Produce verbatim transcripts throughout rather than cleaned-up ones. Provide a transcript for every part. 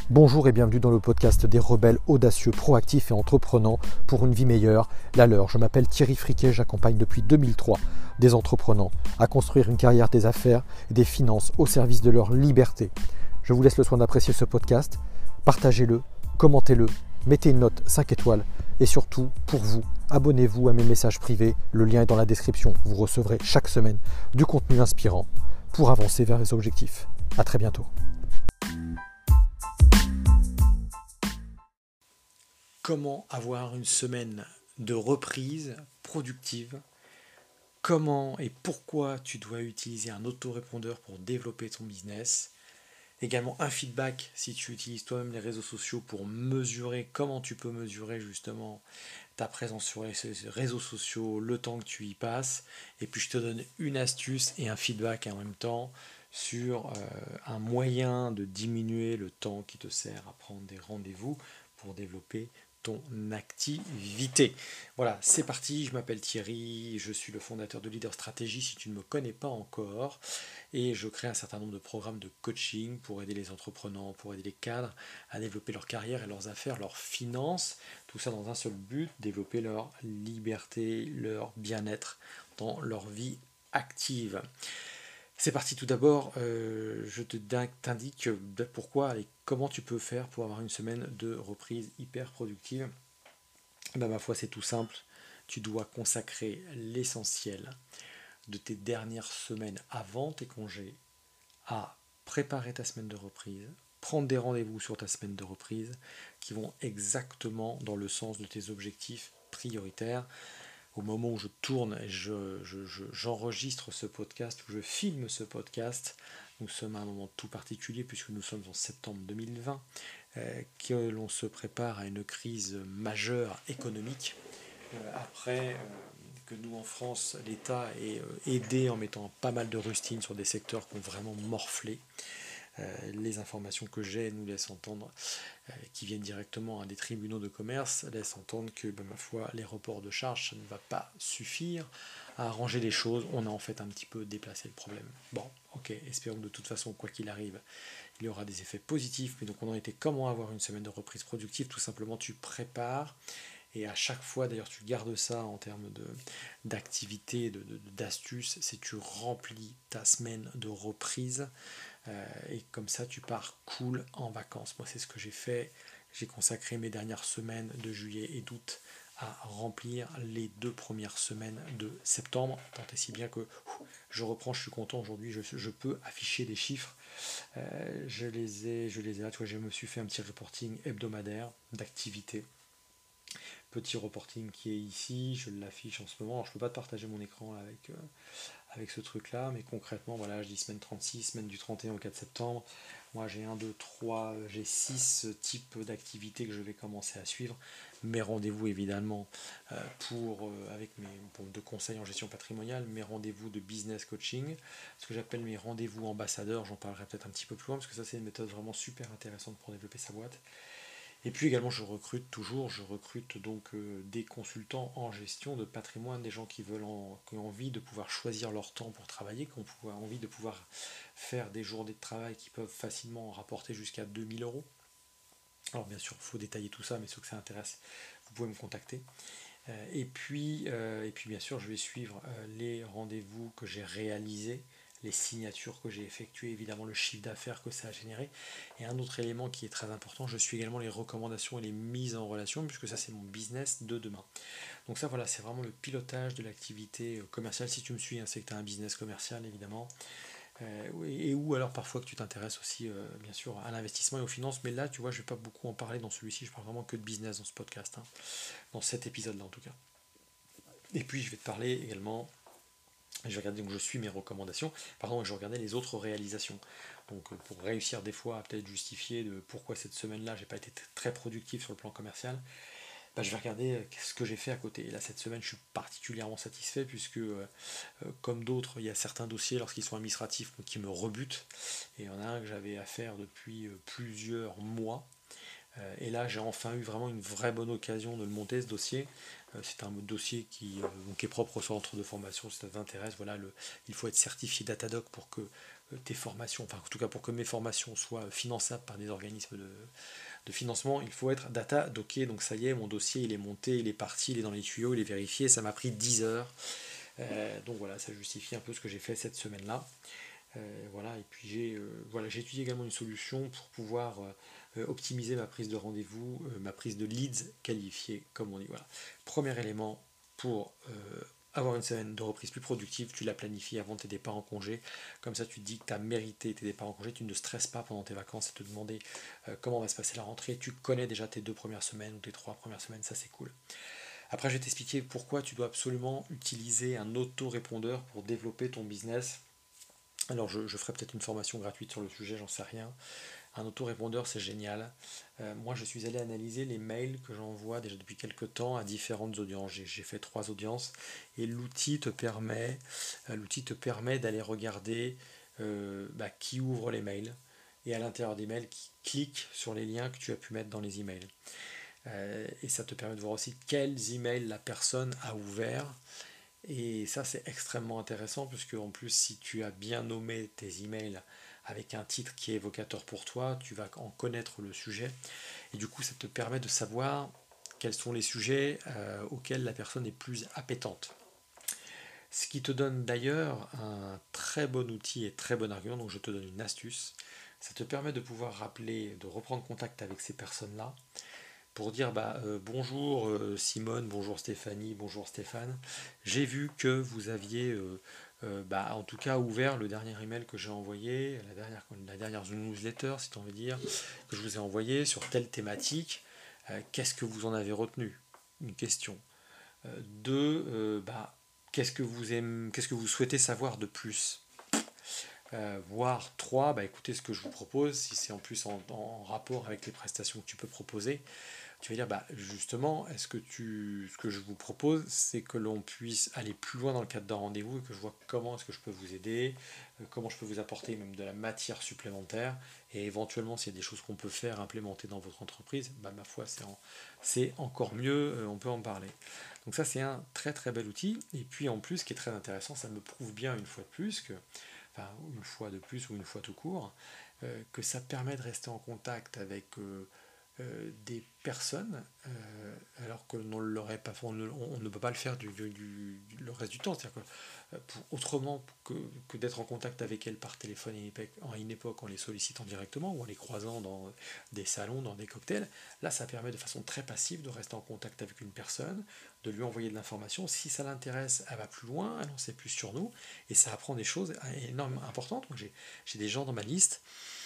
Bonjour et bienvenue dans le podcast des rebelles audacieux, proactifs et entreprenants pour une vie meilleure, la leur. Je m'appelle Thierry Friquet, j'accompagne depuis deux mille trois des entreprenants à construire une carrière des affaires et des finances au service de leur liberté. Je vous laisse le soin d'apprécier ce podcast, partagez-le, commentez-le, mettez une note cinq étoiles et surtout, pour vous, abonnez-vous à mes messages privés, le lien est dans la description. Vous recevrez chaque semaine du contenu inspirant pour avancer vers les objectifs. À très bientôt. Comment avoir une semaine de reprise productive? Comment et pourquoi tu dois utiliser un autorépondeur pour développer ton business? Également un feedback si tu utilises toi-même les réseaux sociaux pour mesurer comment tu peux mesurer justement ta présence sur les réseaux sociaux, le temps que tu y passes. Et puis je te donne une astuce et un feedback en même temps sur euh, un moyen de diminuer le temps qui te sert à prendre des rendez-vous pour développer ton activité. Voilà, c'est parti, je m'appelle Thierry, je suis le fondateur de Leader Stratégie si tu ne me connais pas encore, et je crée un certain nombre de programmes de coaching pour aider les entrepreneurs, pour aider les cadres à développer leur carrière et leurs affaires, leurs finances, tout ça dans un seul but, développer leur liberté, leur bien-être dans leur vie active. C'est parti, tout d'abord, euh, je te t'indique pourquoi et comment tu peux faire pour avoir une semaine de reprise hyper productive. Ben, ma foi, c'est tout simple. Tu dois consacrer l'essentiel de tes dernières semaines avant tes congés à préparer ta semaine de reprise, prendre des rendez-vous sur ta semaine de reprise qui vont exactement dans le sens de tes objectifs prioritaires. Au moment où je tourne et je, je, je, j'enregistre ce podcast, où je filme ce podcast, nous sommes à un moment tout particulier puisque nous sommes en septembre deux mille vingt, euh, que l'on se prépare à une crise majeure économique. Euh, après euh, que nous en France, l'État ait euh, aidé en mettant pas mal de rustines sur des secteurs qui ont vraiment morflé. Euh, les informations que j'ai nous laissent entendre, euh, qui viennent directement à des tribunaux de commerce, laissent entendre que, ben, ma foi, les reports de charges, ça ne va pas suffire à arranger les choses. On a en fait un petit peu déplacé le problème. Bon, ok, espérons que de toute façon, quoi qu'il arrive, il y aura des effets positifs. Mais donc on en était comment avoir une semaine de reprise productive? Tout simplement, tu prépares. Et à chaque fois, d'ailleurs, tu gardes ça en termes de, d'activité, de, de, d'astuces, c'est tu remplis ta semaine de reprise. Euh, et comme ça, tu pars cool en vacances. Moi, c'est ce que j'ai fait. J'ai consacré mes dernières semaines de juillet et d'août à remplir les deux premières semaines de septembre. Tant et si bien que ouf, je reprends, je suis content aujourd'hui, je, je peux afficher des chiffres. Euh, je les ai, je les ai là. Tu vois, je me suis fait un petit reporting hebdomadaire d'activité. Petit reporting qui est ici, je l'affiche en ce moment. Alors, je ne peux pas te partager mon écran avec, euh, avec ce truc là, mais concrètement, voilà, je dis semaine trente-six, semaine du trente et un au quatre septembre. Moi, j'ai un, deux, trois, j'ai six types d'activités que je vais commencer à suivre. Mes rendez-vous, évidemment, euh, pour, euh, avec mes pour, de conseils en gestion patrimoniale, mes rendez-vous de business coaching, ce que j'appelle mes rendez-vous ambassadeurs, j'en parlerai peut-être un petit peu plus loin, parce que ça, c'est une méthode vraiment super intéressante pour développer sa boîte. Et puis également, je recrute toujours, je recrute donc euh, des consultants en gestion de patrimoine, des gens qui veulent en, qui ont envie de pouvoir choisir leur temps pour travailler, qui ont envie de pouvoir faire des journées de travail qui peuvent facilement rapporter jusqu'à deux mille euros. Alors bien sûr, il faut détailler tout ça, mais ceux que ça intéresse, vous pouvez me contacter. Euh, et, puis, euh, et puis bien sûr, je vais suivre euh, les rendez-vous que j'ai réalisés, les signatures que j'ai effectuées, évidemment le chiffre d'affaires que ça a généré. Et un autre élément qui est très important, je suis également les recommandations et les mises en relation, puisque ça c'est mon business de demain. Donc ça voilà, c'est vraiment le pilotage de l'activité commerciale. Si tu me suis, hein, c'est que tu as un business commercial évidemment. Euh, et ou alors parfois que tu t'intéresses aussi euh, bien sûr à l'investissement et aux finances. Mais là tu vois, je ne vais pas beaucoup en parler dans celui-ci, je parle vraiment que de business dans ce podcast, hein, dans cet épisode-là en tout cas. Et puis je vais te parler également. Je vais regarder, donc je suis mes recommandations, pardon, je vais regarder les autres réalisations. Donc pour réussir des fois à peut-être justifier de pourquoi cette semaine-là j'ai pas été très productif sur le plan commercial, bah, je vais regarder ce que j'ai fait à côté. Et là cette semaine je suis particulièrement satisfait puisque euh, comme d'autres, il y a certains dossiers lorsqu'ils sont administratifs qui me rebutent. Et il y en a un que j'avais à faire depuis euh, plusieurs mois. Euh, et là, j'ai enfin eu vraiment une vraie bonne occasion de le monter, ce dossier. Euh, c'est un dossier qui, euh, donc, est propre au centre de formation, si ça t'intéresse. Voilà, le, il faut être certifié Datadoc pour que euh, tes formations, enfin en tout cas pour que mes formations soient finançables par des organismes de, de financement, il faut être Datadocké. Donc ça y est, mon dossier, il est monté, il est parti, il est dans les tuyaux, il est vérifié. Ça m'a pris dix heures. Euh, donc voilà, ça justifie un peu ce que j'ai fait cette semaine-là. Euh, voilà, et puis j'ai euh, voilà, j'ai étudié également une solution pour pouvoir euh, optimiser ma prise de rendez-vous, euh, ma prise de leads qualifiés, comme on dit. Voilà. Premier élément pour euh, avoir une semaine de reprise plus productive, tu la planifies avant tes départs en congé. Comme ça, tu te dis que tu as mérité tes départs en congé, tu ne stresses pas pendant tes vacances à te demander euh, comment va se passer la rentrée. Tu connais déjà tes deux premières semaines ou tes trois premières semaines, ça c'est cool. Après, je vais t'expliquer pourquoi tu dois absolument utiliser un autorépondeur pour développer ton business. Alors, je, je ferai peut-être une formation gratuite sur le sujet, j'en sais rien. Un autorépondeur, c'est génial. Euh, moi, je suis allé analyser les mails que j'envoie déjà depuis quelques temps à différentes audiences. J'ai, j'ai fait trois audiences et l'outil te permet, euh, l'outil te permet d'aller regarder euh, bah, qui ouvre les mails et à l'intérieur des mails qui clique sur les liens que tu as pu mettre dans les emails. Euh, et ça te permet de voir aussi quels emails la personne a ouvert. Et ça, c'est extrêmement intéressant, puisque en plus, si tu as bien nommé tes emails avec un titre qui est évocateur pour toi, tu vas en connaître le sujet. Et du coup, ça te permet de savoir quels sont les sujets euh, auxquels la personne est plus appétente. Ce qui te donne d'ailleurs un très bon outil et très bon argument, donc je te donne une astuce. Ça te permet de pouvoir rappeler, de reprendre contact avec ces personnes-là pour dire bah, euh, bonjour euh, Simone, bonjour Stéphanie, bonjour Stéphane. J'ai vu que vous aviez euh, euh, bah, en tout cas ouvert le dernier email que j'ai envoyé, la dernière, la dernière newsletter, si tu as envie de dire, que je vous ai envoyé sur telle thématique. Euh, qu'est-ce que vous en avez retenu? Une question. Euh, deux, euh, bah, qu'est-ce que vous aimez, qu'est-ce que vous souhaitez savoir de plus? Euh, voire trois, bah, écoutez ce que je vous propose, si c'est en plus en, en rapport avec les prestations que tu peux proposer, tu vas dire, bah, justement, est-ce que tu, ce que je vous propose, c'est que l'on puisse aller plus loin dans le cadre d'un rendez-vous et que je vois comment est-ce que je peux vous aider, euh, comment je peux vous apporter même de la matière supplémentaire, et éventuellement, s'il y a des choses qu'on peut faire, implémenter dans votre entreprise, bah, ma foi, c'est, en, c'est encore mieux, euh, on peut en parler. Donc ça, c'est un très très bel outil. Et puis en plus, ce qui est très intéressant, ça me prouve bien une fois de plus que, enfin une fois de plus ou une fois tout court, euh, que ça permet de rester en contact avec euh, euh, des personnes, euh, alors que l'on l'aurait pas, on ne, on ne peut pas le faire du, du, du- le reste du temps. C'est-à-dire que, euh, pour, autrement que, que d'être en contact avec elles par téléphone à une époque, en une époque en les sollicitant directement ou en les croisant dans des salons, dans des cocktails, là ça permet de façon très passive de rester en contact avec une personne, de lui envoyer de l'information. Si ça l'intéresse, elle va plus loin, elle en sait plus sur nous, et ça apprend des choses énormément importantes. Moi, j'ai, j'ai des gens dans ma liste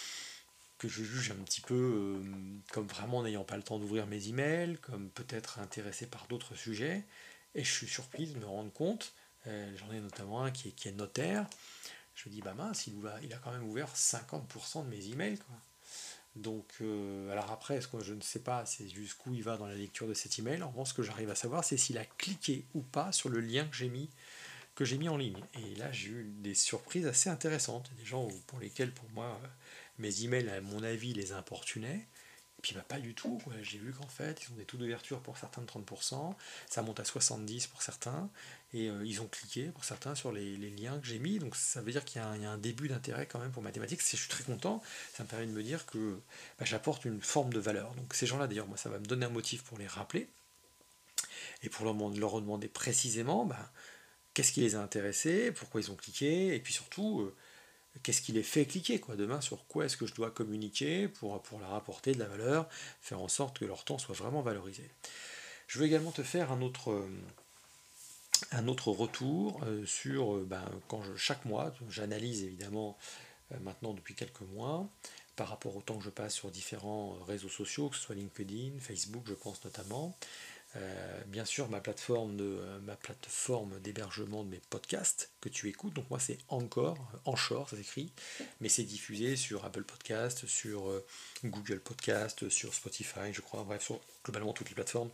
que je juge un petit peu euh, comme vraiment n'ayant pas le temps d'ouvrir mes emails, comme peut-être intéressé par d'autres sujets, et je suis surpris de me rendre compte, euh, j'en ai notamment un qui est, qui est notaire, je me dis, bah mince, il, ouvre, il a quand même ouvert cinquante pour cent de mes emails, quoi. Donc, euh, alors après, ce que je ne sais pas, c'est jusqu'où il va dans la lecture de cet email. En revanche, ce que j'arrive à savoir, c'est s'il a cliqué ou pas sur le lien que j'ai mis, que j'ai mis en ligne. Et là, j'ai eu des surprises assez intéressantes. Des gens pour lesquels, pour moi, euh, mes emails, à mon avis, les importunaient. Et puis, bah, pas du tout. Ouais. J'ai vu qu'en fait, ils ont des taux d'ouverture pour certains de trente pour cent, ça monte à soixante-dix pour certains, et euh, ils ont cliqué pour certains sur les, les liens que j'ai mis. Donc, ça veut dire qu'il y a un, il y a un début d'intérêt quand même pour mathématiques. Je suis très content. Ça me permet de me dire que bah, j'apporte une forme de valeur. Donc, ces gens-là, d'ailleurs, moi, ça va me donner un motif pour les rappeler et pour leur, leur demander précisément. Bah, qu'est-ce qui les a intéressés, pourquoi ils ont cliqué, et puis surtout, euh, qu'est-ce qui les fait cliquer, quoi. Demain, sur quoi est-ce que je dois communiquer pour, pour leur apporter de la valeur, faire en sorte que leur temps soit vraiment valorisé. Je veux également te faire un autre, euh, un autre retour euh, sur, euh, ben, quand je, chaque mois, j'analyse évidemment euh, maintenant depuis quelques mois, par rapport au temps que je passe sur différents réseaux sociaux, que ce soit LinkedIn, Facebook, je pense notamment. Euh, bien sûr, ma plateforme, de, euh, ma plateforme d'hébergement de mes podcasts que tu écoutes. Donc moi, c'est Encore, Anchor, ça s'écrit, mais c'est diffusé sur Apple Podcast, sur euh, Google Podcast, sur Spotify, je crois, bref, sur globalement toutes les plateformes.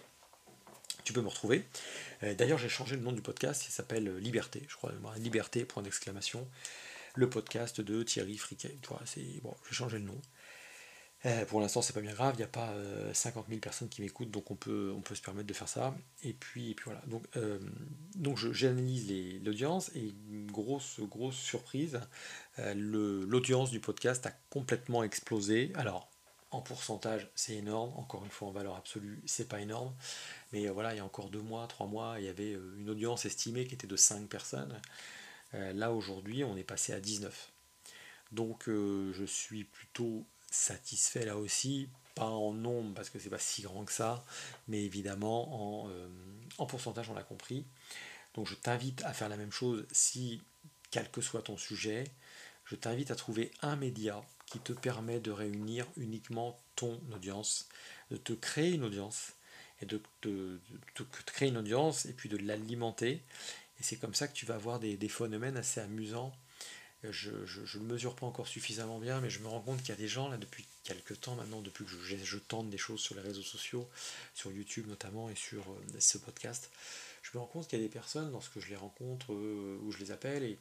Tu peux me retrouver. Euh, d'ailleurs, j'ai changé le nom du podcast, il s'appelle Liberté, je crois, Liberté, point d'exclamation, le podcast de Thierry Friquet. Tu vois, c'est, bon, j'ai changé le nom. Euh, pour l'instant, c'est pas bien grave, il n'y a pas euh, cinquante mille personnes qui m'écoutent, donc on peut, on peut se permettre de faire ça. Et puis, et puis voilà. Donc, euh, donc je- j'analyse les- l'audience et une grosse, grosse surprise, euh, le- l'audience du podcast a complètement explosé. Alors, en pourcentage, c'est énorme. Encore une fois, en valeur absolue, c'est pas énorme. Mais euh, voilà, il y a encore deux mois, trois mois, il y avait euh, une audience estimée qui était de cinq personnes. Euh, là, aujourd'hui, on est passé à dix-neuf. Donc euh, je suis plutôt satisfait là aussi, pas en nombre parce que c'est pas si grand que ça, mais évidemment en, euh, en pourcentage on l'a compris. Donc je t'invite à faire la même chose si, quel que soit ton sujet, je t'invite à trouver un média qui te permet de réunir uniquement ton audience, de te créer une audience et de, de- de- de te créer une audience et puis de l'alimenter. Et c'est comme ça que tu vas avoir des, des phénomènes assez amusants. Je ne le mesure pas encore suffisamment bien, mais je me rends compte qu'il y a des gens là depuis quelques temps maintenant, depuis que je, je tente des choses sur les réseaux sociaux, sur YouTube notamment et sur euh, ce podcast, je me rends compte qu'il y a des personnes lorsque je les rencontre euh, ou je les appelle et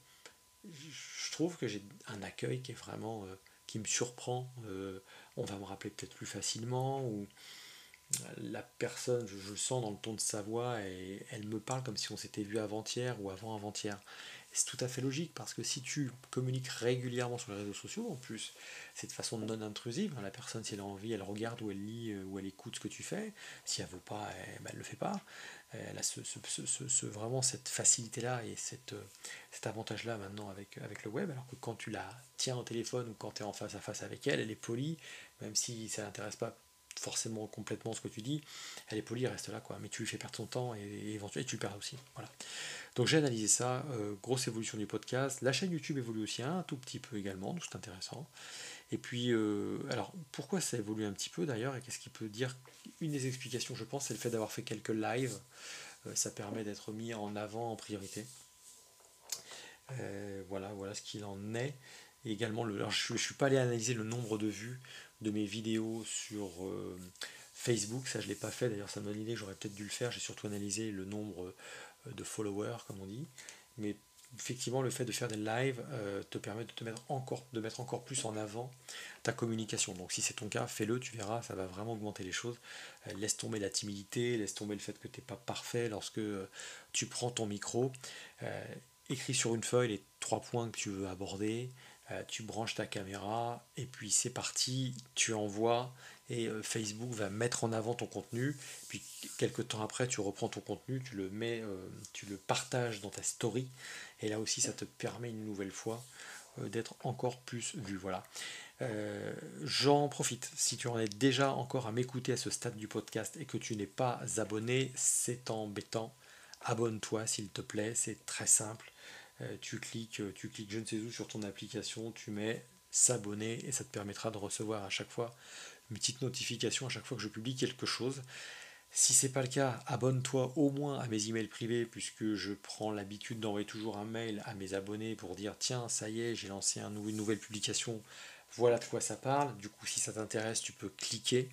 je trouve que j'ai un accueil qui est vraiment euh, qui me surprend. Euh, on va me rappeler peut-être plus facilement ou la personne, je, je le sens dans le ton de sa voix et elle me parle comme si on s'était vu avant-hier ou avant-avant-hier. C'est tout à fait logique parce que si tu communiques régulièrement sur les réseaux sociaux, en plus, c'est de façon non intrusive. Hein, la personne, si elle a envie, elle regarde ou elle lit euh, ou elle écoute ce que tu fais. Si elle veut pas, elle ne le fait pas. Elle a ce, ce- ce- ce- ce- vraiment cette facilité-là et cette, euh, cet avantage-là maintenant avec, avec le web. Alors que quand tu la tiens au téléphone ou quand tu es en face à face avec elle, elle est polie, même si ça l'intéresse pas forcément complètement ce que tu dis, elle est polie, elle reste là, quoi. Mais tu lui fais perdre son temps et, et éventuellement et tu le perds aussi. Voilà. Donc j'ai analysé ça, euh, grosse évolution du podcast. La chaîne YouTube évolue aussi un tout petit peu également, donc c'est intéressant. Et puis, euh, alors pourquoi ça évolue un petit peu d'ailleurs et qu'est-ce qui peut dire. Une des explications, je pense, c'est le fait d'avoir fait quelques lives. Euh, ça permet d'être mis en avant en priorité. Euh, voilà, voilà ce qu'il en est. Et également, le, alors je ne suis pas allé analyser le nombre de vues de mes vidéos sur euh, Facebook, ça je ne l'ai pas fait, d'ailleurs ça me donne l'idée que j'aurais peut-être dû le faire, j'ai surtout analysé le nombre euh, de followers, comme on dit. Mais effectivement, le fait de faire des lives euh, te permet de te mettre encore, de mettre encore plus en avant ta communication. Donc si c'est ton cas, fais-le, tu verras, ça va vraiment augmenter les choses. Euh, laisse tomber la timidité, laisse tomber le fait que tu n'es pas parfait lorsque euh, tu prends ton micro. Euh, écris sur une feuille les trois points que tu veux aborder, euh, tu branches ta caméra et puis c'est parti, tu envoies et euh, Facebook va mettre en avant ton contenu. Puis quelques temps après, tu reprends ton contenu, tu le mets, euh, tu le partages dans ta story et là aussi ça te permet une nouvelle fois euh, d'être encore plus vu. Voilà. Euh, j'en profite. Si tu en es déjà encore à m'écouter à ce stade du podcast et que tu n'es pas abonné, c'est embêtant. Abonne-toi s'il te plaît, c'est très simple. Euh, tu cliques, tu cliques je ne sais où sur ton application, tu mets s'abonner et ça te permettra de recevoir à chaque fois une petite notification à chaque fois que je publie quelque chose. Si c'est pas le cas, abonne-toi au moins à mes emails privés puisque je prends l'habitude d'envoyer toujours un mail à mes abonnés pour dire tiens ça y est j'ai lancé un, une nouvelle publication, voilà de quoi ça parle. Du coup si ça t'intéresse tu peux cliquer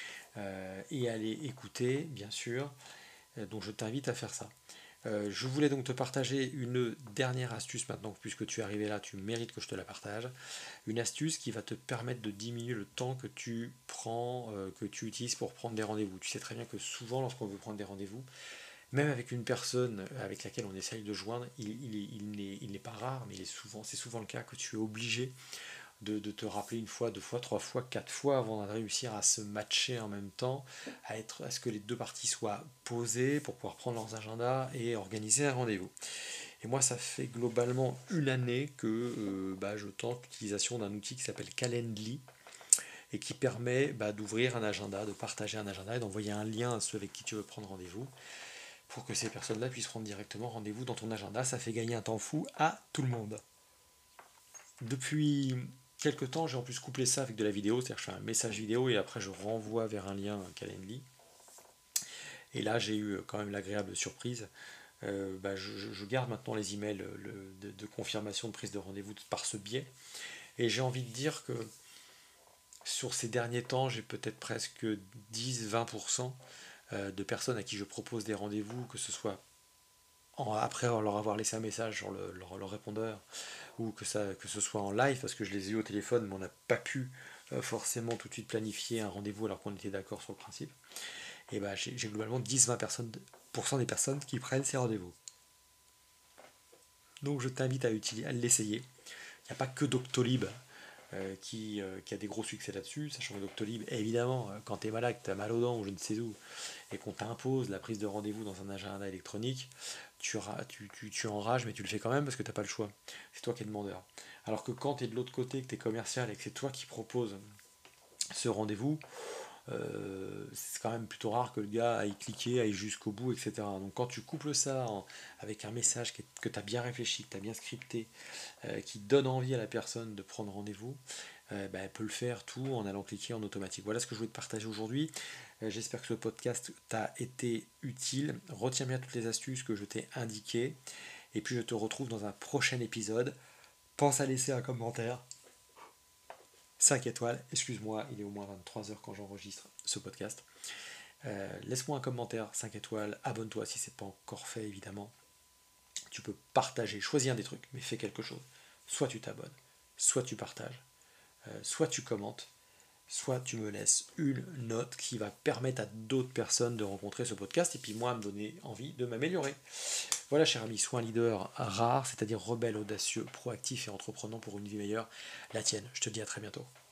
euh, et aller écouter bien sûr. Euh, donc je t'invite à faire ça. Euh, je voulais donc te partager une dernière astuce maintenant, puisque tu es arrivé là, tu mérites que je te la partage. Une astuce qui va te permettre de diminuer le temps que tu prends, euh, que tu utilises pour prendre des rendez-vous. Tu sais très bien que souvent, lorsqu'on veut prendre des rendez-vous, même avec une personne avec laquelle on essaye de joindre, il, il, il n'est, il n'est pas rare, mais il est souvent, c'est souvent le cas que tu es obligé de, de te rappeler une fois, deux fois, trois fois, quatre fois avant de réussir à se matcher en même temps, à, être, à ce que les deux parties soient posées pour pouvoir prendre leurs agendas et organiser un rendez-vous. Et moi, ça fait globalement une année que euh, bah, je tente l'utilisation d'un outil qui s'appelle Calendly et qui permet bah, d'ouvrir un agenda, de partager un agenda et d'envoyer un lien à ceux avec qui tu veux prendre rendez-vous pour que ces personnes-là puissent prendre directement rendez-vous dans ton agenda. Ça fait gagner un temps fou à tout le monde. Depuis quelques temps, j'ai en plus couplé ça avec de la vidéo, c'est-à-dire que je fais un message vidéo et après je renvoie vers un lien Calendly. Et là, j'ai eu quand même l'agréable surprise. Euh, bah, je, je garde maintenant les emails le, de, de confirmation de prise de rendez-vous par ce biais. Et j'ai envie de dire que sur ces derniers temps, j'ai peut-être presque dix à vingt pour cent de personnes à qui je propose des rendez-vous, que ce soit en, après leur avoir laissé un message sur le, leur, leur répondeur, ou que, ça, que ce soit en live, parce que je les ai eu au téléphone, mais on n'a pas pu euh, forcément tout de suite planifier un rendez-vous alors qu'on était d'accord sur le principe. Et bah j'ai, j'ai globalement dix à vingt personnes, pour cent des personnes qui prennent ces rendez-vous. Donc je t'invite à, utiliser, à l'essayer. Il n'y a pas que Doctolib euh, qui, euh, qui a des gros succès là-dessus, sachant que Doctolib, évidemment, euh, quand tu es malade, que tu as mal aux dents ou je ne sais où, et qu'on t'impose la prise de rendez-vous dans un agenda électronique, tu, tu, tu, tu enrages, mais tu le fais quand même parce que tu n'as pas le choix. C'est toi qui es demandeur. Alors que quand tu es de l'autre côté, que tu es commercial et que c'est toi qui proposes ce rendez-vous, euh, c'est quand même plutôt rare que le gars aille cliquer, aille jusqu'au bout, et cetera. Donc quand tu couples ça en- avec un message que, que tu as bien réfléchi, que tu as bien scripté, euh, qui donne envie à la personne de prendre rendez-vous, euh, bah, elle peut le faire tout en allant cliquer en automatique. Voilà ce que je voulais te partager aujourd'hui. Euh, j'espère que ce podcast t'a été utile. Retiens bien toutes les astuces que je t'ai indiquées. Et puis je te retrouve dans un prochain épisode. Pense à laisser un commentaire. cinq étoiles, excuse-moi, il est au moins vingt-trois heures quand j'enregistre ce podcast. Euh, laisse-moi un commentaire, cinq étoiles, abonne-toi si ce n'est pas encore fait évidemment. Tu peux partager, choisis un des trucs, mais fais quelque chose. Soit tu t'abonnes, soit tu partages, euh, soit tu commentes, soit tu me laisses une note qui va permettre à d'autres personnes de rencontrer ce podcast et puis moi me donner envie de m'améliorer. Voilà cher ami, sois un leader rare, c'est-à-dire rebelle, audacieux, proactif et entreprenant pour une vie meilleure, la tienne. Je te dis à très bientôt.